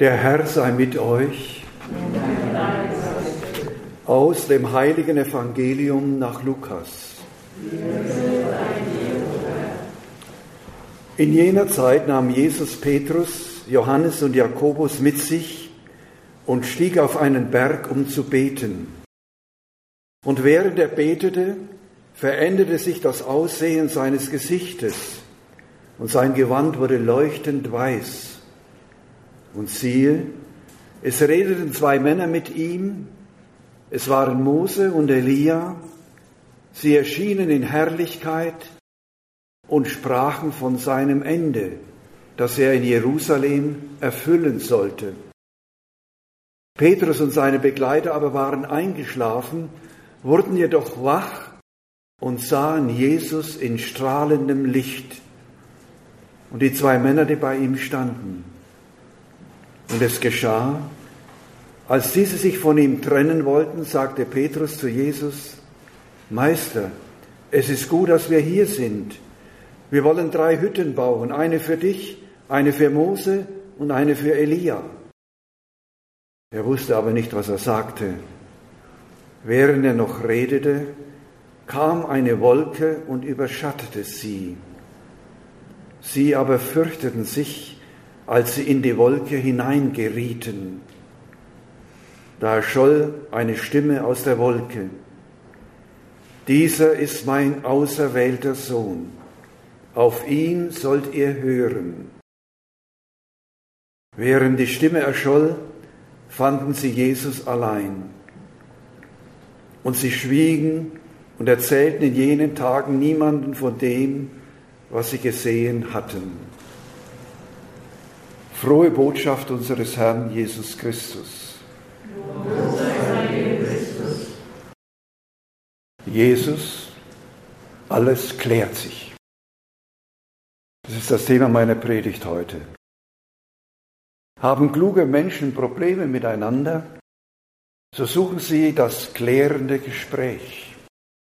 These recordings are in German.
Der Herr sei mit euch. Aus dem heiligen Evangelium nach Lukas. In jener Zeit nahm Jesus Petrus, Johannes und Jakobus mit sich und stieg auf einen Berg, um zu beten. Und während er betete, veränderte sich das Aussehen seines Gesichtes, und sein Gewand wurde leuchtend weiß. Und siehe, es redeten zwei Männer mit ihm, es waren Mose und Elia, sie erschienen in Herrlichkeit und sprachen von seinem Ende, das er in Jerusalem erfüllen sollte. Petrus und seine Begleiter aber waren eingeschlafen, wurden jedoch wach und sahen Jesus in strahlendem Licht und die zwei Männer, die bei ihm standen. Und es geschah, als diese sich von ihm trennen wollten, sagte Petrus zu Jesus: Meister, es ist gut, dass wir hier sind. Wir wollen 3 Hütten bauen, eine für dich, eine für Mose und eine für Elia. Er wusste aber nicht, was er sagte. Während er noch redete, kam eine Wolke und überschattete sie. Sie aber fürchteten sich, als sie in die Wolke hineingerieten. Da erscholl eine Stimme aus der Wolke: Dieser ist mein auserwählter Sohn, auf ihn sollt ihr hören. Während die Stimme erscholl, fanden sie Jesus allein. Und sie schwiegen und erzählten in jenen Tagen niemanden von dem, was sie gesehen hatten. Frohe Botschaft unseres Herrn Jesus Christus. Jesus, alles klärt sich. Das ist das Thema meiner Predigt heute. Haben kluge Menschen Probleme miteinander, so suchen sie das klärende Gespräch.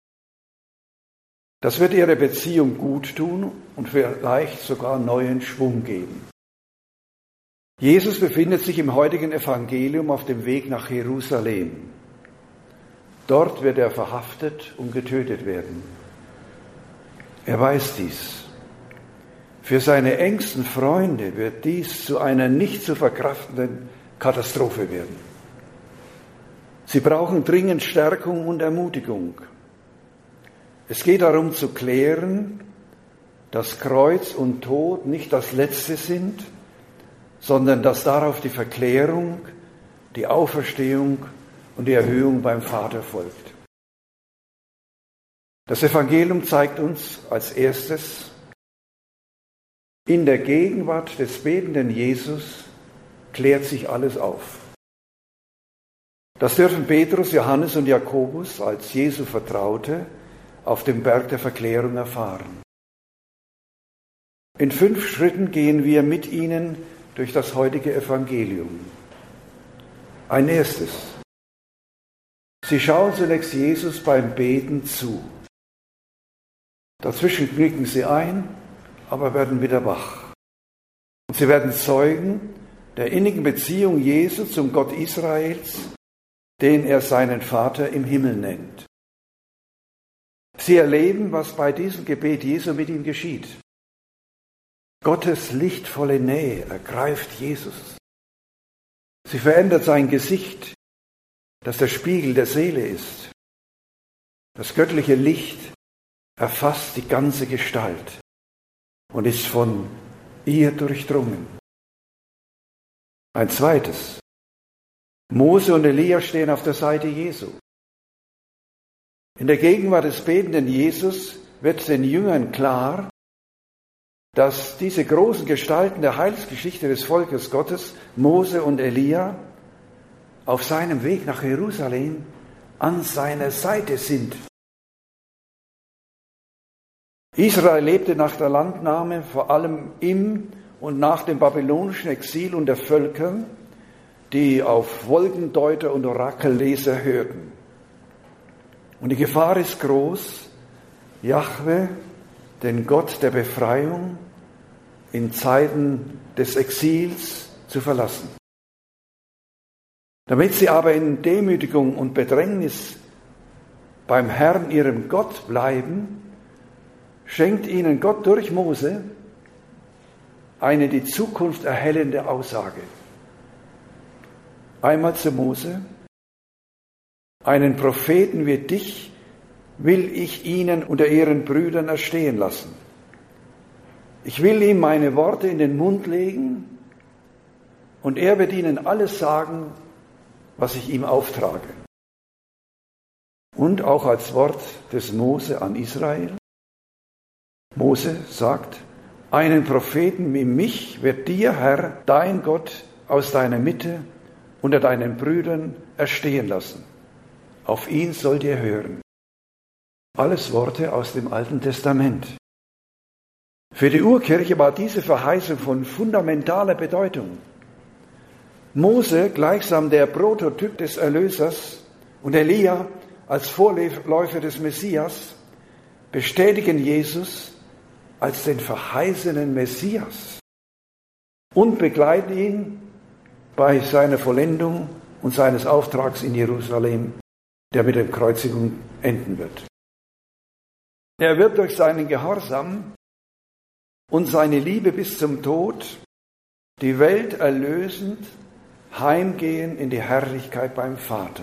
Das wird ihre Beziehung gut tun und vielleicht sogar neuen Schwung geben. Jesus befindet sich im heutigen Evangelium auf dem Weg nach Jerusalem. Dort wird er verhaftet und getötet werden. Er weiß dies. Für seine engsten Freunde wird dies zu einer nicht zu verkraftenden Katastrophe werden. Sie brauchen dringend Stärkung und Ermutigung. Es geht darum zu klären, dass Kreuz und Tod nicht das Letzte sind, sondern dass darauf die Verklärung, die Auferstehung und die Erhöhung beim Vater folgt. Das Evangelium zeigt uns als erstes, in der Gegenwart des betenden Jesus klärt sich alles auf. Das dürfen Petrus, Johannes und Jakobus als Jesu Vertraute auf dem Berg der Verklärung erfahren. In 5 Schritten gehen wir mit ihnen durch das heutige Evangelium. Ein erstes. Sie schauen zunächst Jesus beim Beten zu. Dazwischen knicken sie ein, aber werden wieder wach. Und sie werden Zeugen der innigen Beziehung Jesu zum Gott Israels, den er seinen Vater im Himmel nennt. Sie erleben, was bei diesem Gebet Jesu mit ihm geschieht. Gottes lichtvolle Nähe ergreift Jesus. Sie verändert sein Gesicht, das der Spiegel der Seele ist. Das göttliche Licht erfasst die ganze Gestalt und ist von ihr durchdrungen. Ein zweites. Mose und Elia stehen auf der Seite Jesu. In der Gegenwart des betenden Jesus wird den Jüngern klar, dass diese großen Gestalten der Heilsgeschichte des Volkes Gottes, Mose und Elia, auf seinem Weg nach Jerusalem an seiner Seite sind. Israel lebte nach der Landnahme vor allem im und nach dem babylonischen Exil unter Völkern, die auf Wolkendeuter und Orakelleser hörten. Und die Gefahr ist groß, Jahwe, den Gott der Befreiung, in Zeiten des Exils zu verlassen. Damit sie aber in Demütigung und Bedrängnis beim Herrn, ihrem Gott, bleiben, schenkt ihnen Gott durch Mose eine die Zukunft erhellende Aussage. Einmal zu Mose: Einen Propheten wie dich will ich ihnen unter ihren Brüdern erstehen lassen. Ich will ihm meine Worte in den Mund legen und er wird ihnen alles sagen, was ich ihm auftrage. Und auch als Wort des Mose an Israel. Mose sagt: Einen Propheten wie mich wird dir, Herr, dein Gott, aus deiner Mitte unter deinen Brüdern erstehen lassen. Auf ihn sollt ihr hören. Alles Worte aus dem Alten Testament. Für die Urkirche war diese Verheißung von fundamentaler Bedeutung. Mose, gleichsam der Prototyp des Erlösers, und Elia als Vorläufer des Messias, bestätigen Jesus als den verheißenen Messias und begleiten ihn bei seiner Vollendung und seines Auftrags in Jerusalem, der mit der Kreuzigung enden wird. Er wird durch seinen Gehorsam und seine Liebe bis zum Tod die Welt erlösend heimgehen in die Herrlichkeit beim Vater.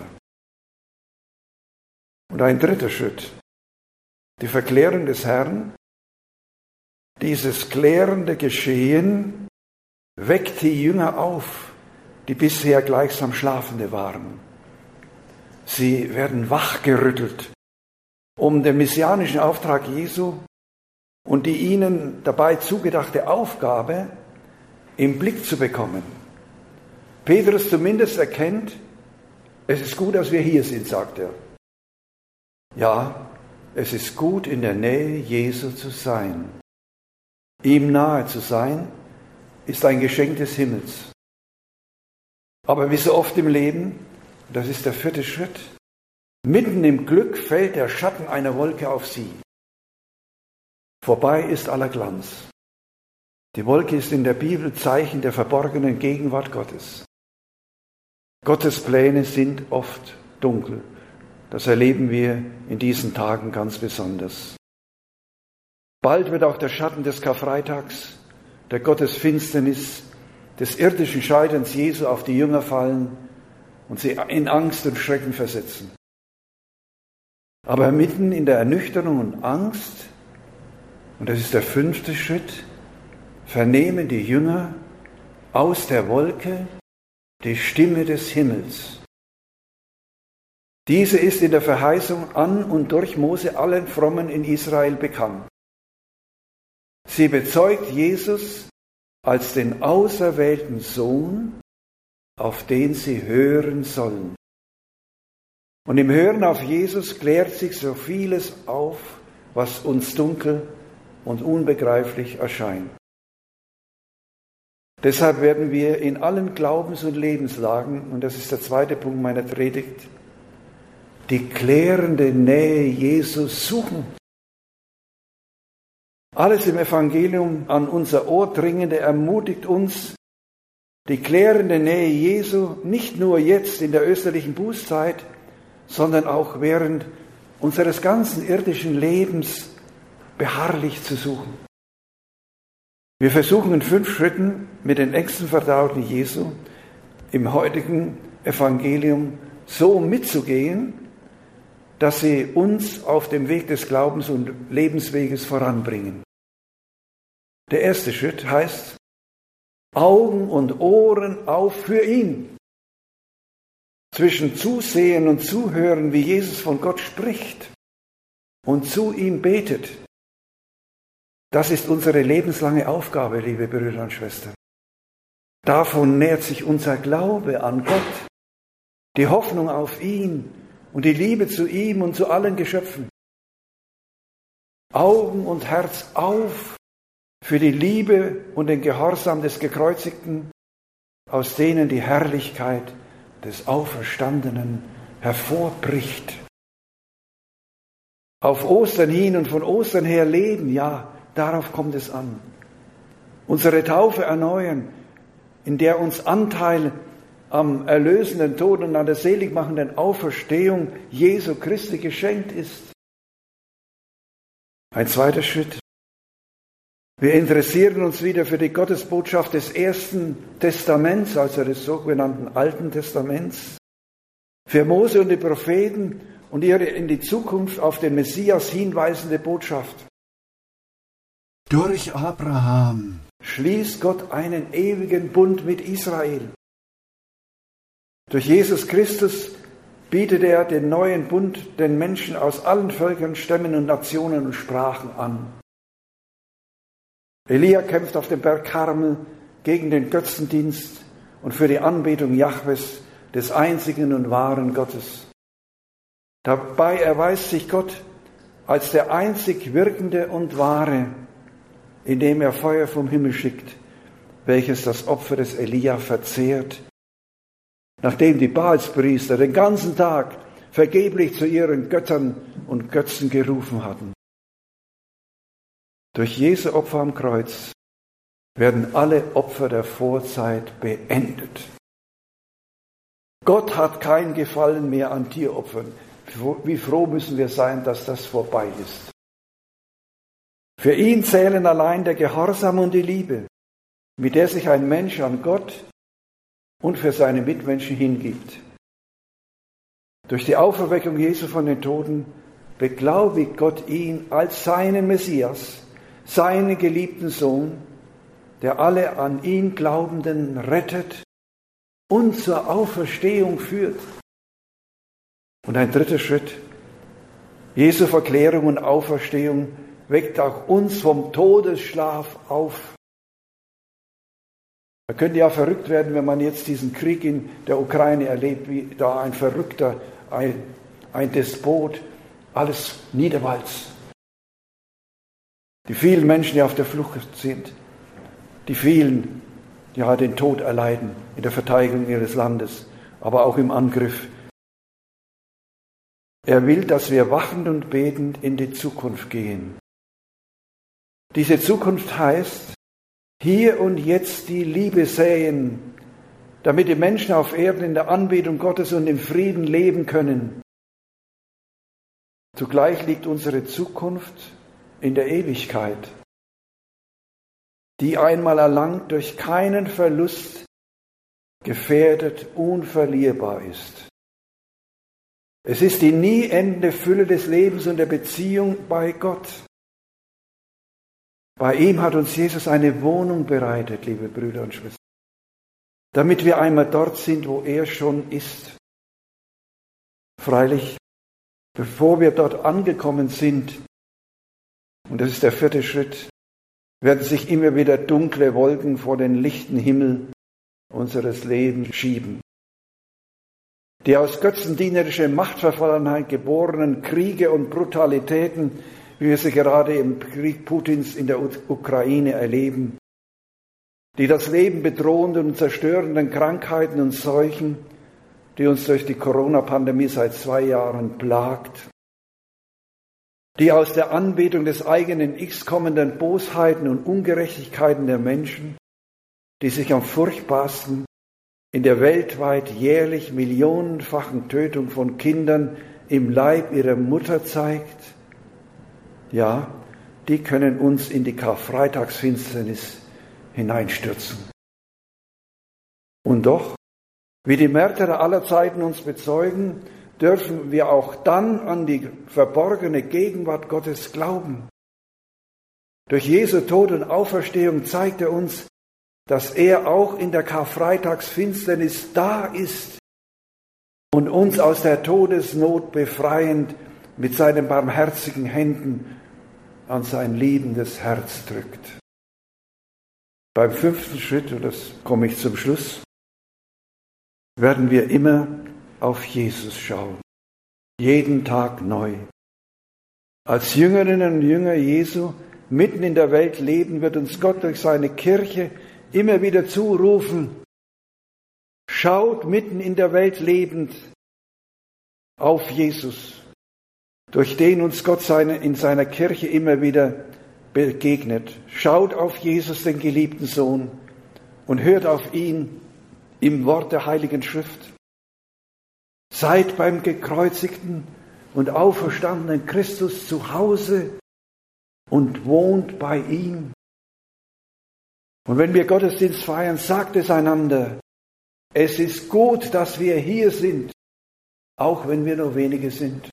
Und ein dritter Schritt: die Verklärung des Herrn. Dieses klärende Geschehen weckt die Jünger auf, die bisher gleichsam Schlafende waren. Sie werden wachgerüttelt, um den messianischen Auftrag Jesu und die ihnen dabei zugedachte Aufgabe im Blick zu bekommen. Petrus zumindest erkennt: Es ist gut, dass wir hier sind, sagt er. Ja, es ist gut, in der Nähe Jesu zu sein. Ihm nahe zu sein, ist ein Geschenk des Himmels. Aber wie so oft im Leben, das ist der vierte Schritt, mitten im Glück fällt der Schatten einer Wolke auf sie. Vorbei ist aller Glanz. Die Wolke ist in der Bibel Zeichen der verborgenen Gegenwart Gottes. Gottes Pläne sind oft dunkel. Das erleben wir in diesen Tagen ganz besonders. Bald wird auch der Schatten des Karfreitags, der Gottesfinsternis, des irdischen Scheiterns Jesu auf die Jünger fallen und sie in Angst und Schrecken versetzen. Aber mitten in der Ernüchterung und Angst, und das ist der fünfte Schritt, vernehmen die Jünger aus der Wolke die Stimme des Himmels. Diese ist in der Verheißung an und durch Mose allen Frommen in Israel bekannt. Sie bezeugt Jesus als den auserwählten Sohn, auf den sie hören sollen. Und im Hören auf Jesus klärt sich so vieles auf, was uns dunkel und unbegreiflich erscheint. Deshalb werden wir in allen Glaubens- und Lebenslagen, und das ist der zweite Punkt meiner Predigt, die klärende Nähe Jesus suchen. Alles im Evangelium an unser Ohr dringende ermutigt uns, die klärende Nähe Jesu nicht nur jetzt in der österlichen Bußzeit, sondern auch während unseres ganzen irdischen Lebens beharrlich zu suchen. Wir versuchen in 5 Schritten mit den engsten Vertrauten Jesu im heutigen Evangelium so mitzugehen, dass sie uns auf dem Weg des Glaubens und Lebensweges voranbringen. Der erste Schritt heißt: Augen und Ohren auf für ihn. Zwischen Zusehen und Zuhören, wie Jesus von Gott spricht und zu ihm betet. Das ist unsere lebenslange Aufgabe, liebe Brüder und Schwestern. Davon nährt sich unser Glaube an Gott, die Hoffnung auf ihn und die Liebe zu ihm und zu allen Geschöpfen. Augen und Herz auf für die Liebe und den Gehorsam des Gekreuzigten, aus denen die Herrlichkeit des Auferstandenen hervorbricht. Auf Ostern hin und von Ostern her leben, ja, darauf kommt es an. Unsere Taufe erneuern, in der uns Anteil am erlösenden Tod und an der seligmachenden Auferstehung Jesu Christi geschenkt ist. Ein zweiter Schritt. Wir interessieren uns wieder für die Gottesbotschaft des Ersten Testaments, also des sogenannten Alten Testaments, für Mose und die Propheten und ihre in die Zukunft auf den Messias hinweisende Botschaft. Durch Abraham schließt Gott einen ewigen Bund mit Israel. Durch Jesus Christus bietet er den neuen Bund den Menschen aus allen Völkern, Stämmen und Nationen und Sprachen an. Elia kämpft auf dem Berg Karmel gegen den Götzendienst und für die Anbetung Jahwes, des einzigen und wahren Gottes. Dabei erweist sich Gott als der einzig Wirkende und Wahre, indem er Feuer vom Himmel schickt, welches das Opfer des Elia verzehrt, nachdem die Baalspriester den ganzen Tag vergeblich zu ihren Göttern und Götzen gerufen hatten. Durch Jesu Opfer am Kreuz werden alle Opfer der Vorzeit beendet. Gott hat kein Gefallen mehr an Tieropfern. Wie froh müssen wir sein, dass das vorbei ist. Für ihn zählen allein der Gehorsam und die Liebe, mit der sich ein Mensch an Gott und für seine Mitmenschen hingibt. Durch die Auferweckung Jesu von den Toten beglaubigt Gott ihn als seinen Messias, seinen geliebten Sohn, der alle an ihn Glaubenden rettet und zur Auferstehung führt. Und ein dritter Schritt. Jesu Verklärung und Auferstehung weckt auch uns vom Todesschlaf auf. Man könnte ja verrückt werden, wenn man jetzt diesen Krieg in der Ukraine erlebt, wie da ein Verrückter, ein Despot, alles niederwalzt. Die vielen Menschen, die auf der Flucht sind, die vielen, die den Tod erleiden in der Verteidigung ihres Landes, aber auch im Angriff. Er will, dass wir wachend und betend in die Zukunft gehen. Diese Zukunft heißt, hier und jetzt die Liebe säen, damit die Menschen auf Erden in der Anbetung Gottes und im Frieden leben können. Zugleich liegt unsere Zukunft in der Ewigkeit, die einmal erlangt durch keinen Verlust gefährdet, unverlierbar ist. Es ist die nie endende Fülle des Lebens und der Beziehung bei Gott. Bei ihm hat uns Jesus eine Wohnung bereitet, liebe Brüder und Schwestern, damit wir einmal dort sind, wo er schon ist. Freilich, bevor wir dort angekommen sind, und das ist der vierte Schritt, werden sich immer wieder dunkle Wolken vor den lichten Himmel unseres Lebens schieben. Die aus götzendienerischer Machtverfallenheit geborenen Kriege und Brutalitäten, wie wir sie gerade im Krieg Putins in der Ukraine erleben, die das Leben bedrohenden und zerstörenden Krankheiten und Seuchen, die uns durch die Corona-Pandemie seit 2 Jahren plagt, die aus der Anbetung des eigenen Ichs kommenden Bosheiten und Ungerechtigkeiten der Menschen, die sich am furchtbarsten in der weltweit jährlich millionenfachen Tötung von Kindern im Leib ihrer Mutter zeigt, ja, die können uns in die Karfreitagsfinsternis hineinstürzen. Und doch, wie die Märtyrer aller Zeiten uns bezeugen, dürfen wir auch dann an die verborgene Gegenwart Gottes glauben. Durch Jesu Tod und Auferstehung zeigt er uns, dass er auch in der Karfreitagsfinsternis da ist und uns aus der Todesnot befreiend mit seinen barmherzigen Händen an sein liebendes Herz drückt. Beim 5. Schritt, und das komme ich zum Schluss, werden wir immer auf Jesus schauen, jeden Tag neu. Als Jüngerinnen und Jünger Jesu mitten in der Welt leben, wird uns Gott durch seine Kirche immer wieder zurufen, schaut mitten in der Welt lebend auf Jesus, durch den uns Gott in seiner Kirche immer wieder begegnet. Schaut auf Jesus, den geliebten Sohn, und hört auf ihn im Wort der Heiligen Schrift. Seid beim gekreuzigten und auferstandenen Christus zu Hause und wohnt bei ihm. Und wenn wir Gottesdienst feiern, sagt es einander, es ist gut, dass wir hier sind, auch wenn wir nur wenige sind.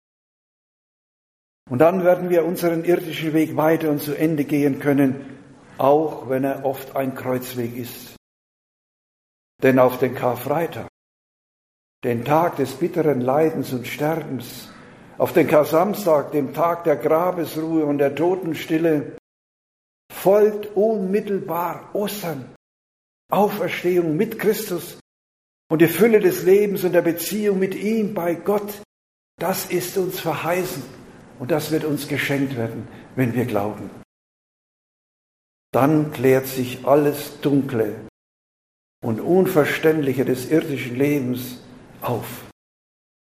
Und dann werden wir unseren irdischen Weg weiter und zu Ende gehen können, auch wenn er oft ein Kreuzweg ist. Denn auf den Karfreitag, den Tag des bitteren Leidens und Sterbens, auf den Kar-Samstag, dem Tag der Grabesruhe und der Totenstille, folgt unmittelbar Ostern, Auferstehung mit Christus und die Fülle des Lebens und der Beziehung mit ihm bei Gott. Das ist uns verheißen und das wird uns geschenkt werden, wenn wir glauben. Dann klärt sich alles Dunkle und Unverständliche des irdischen Lebens auf.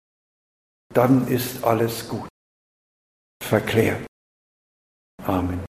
Dann ist alles gut, verklärt. Amen.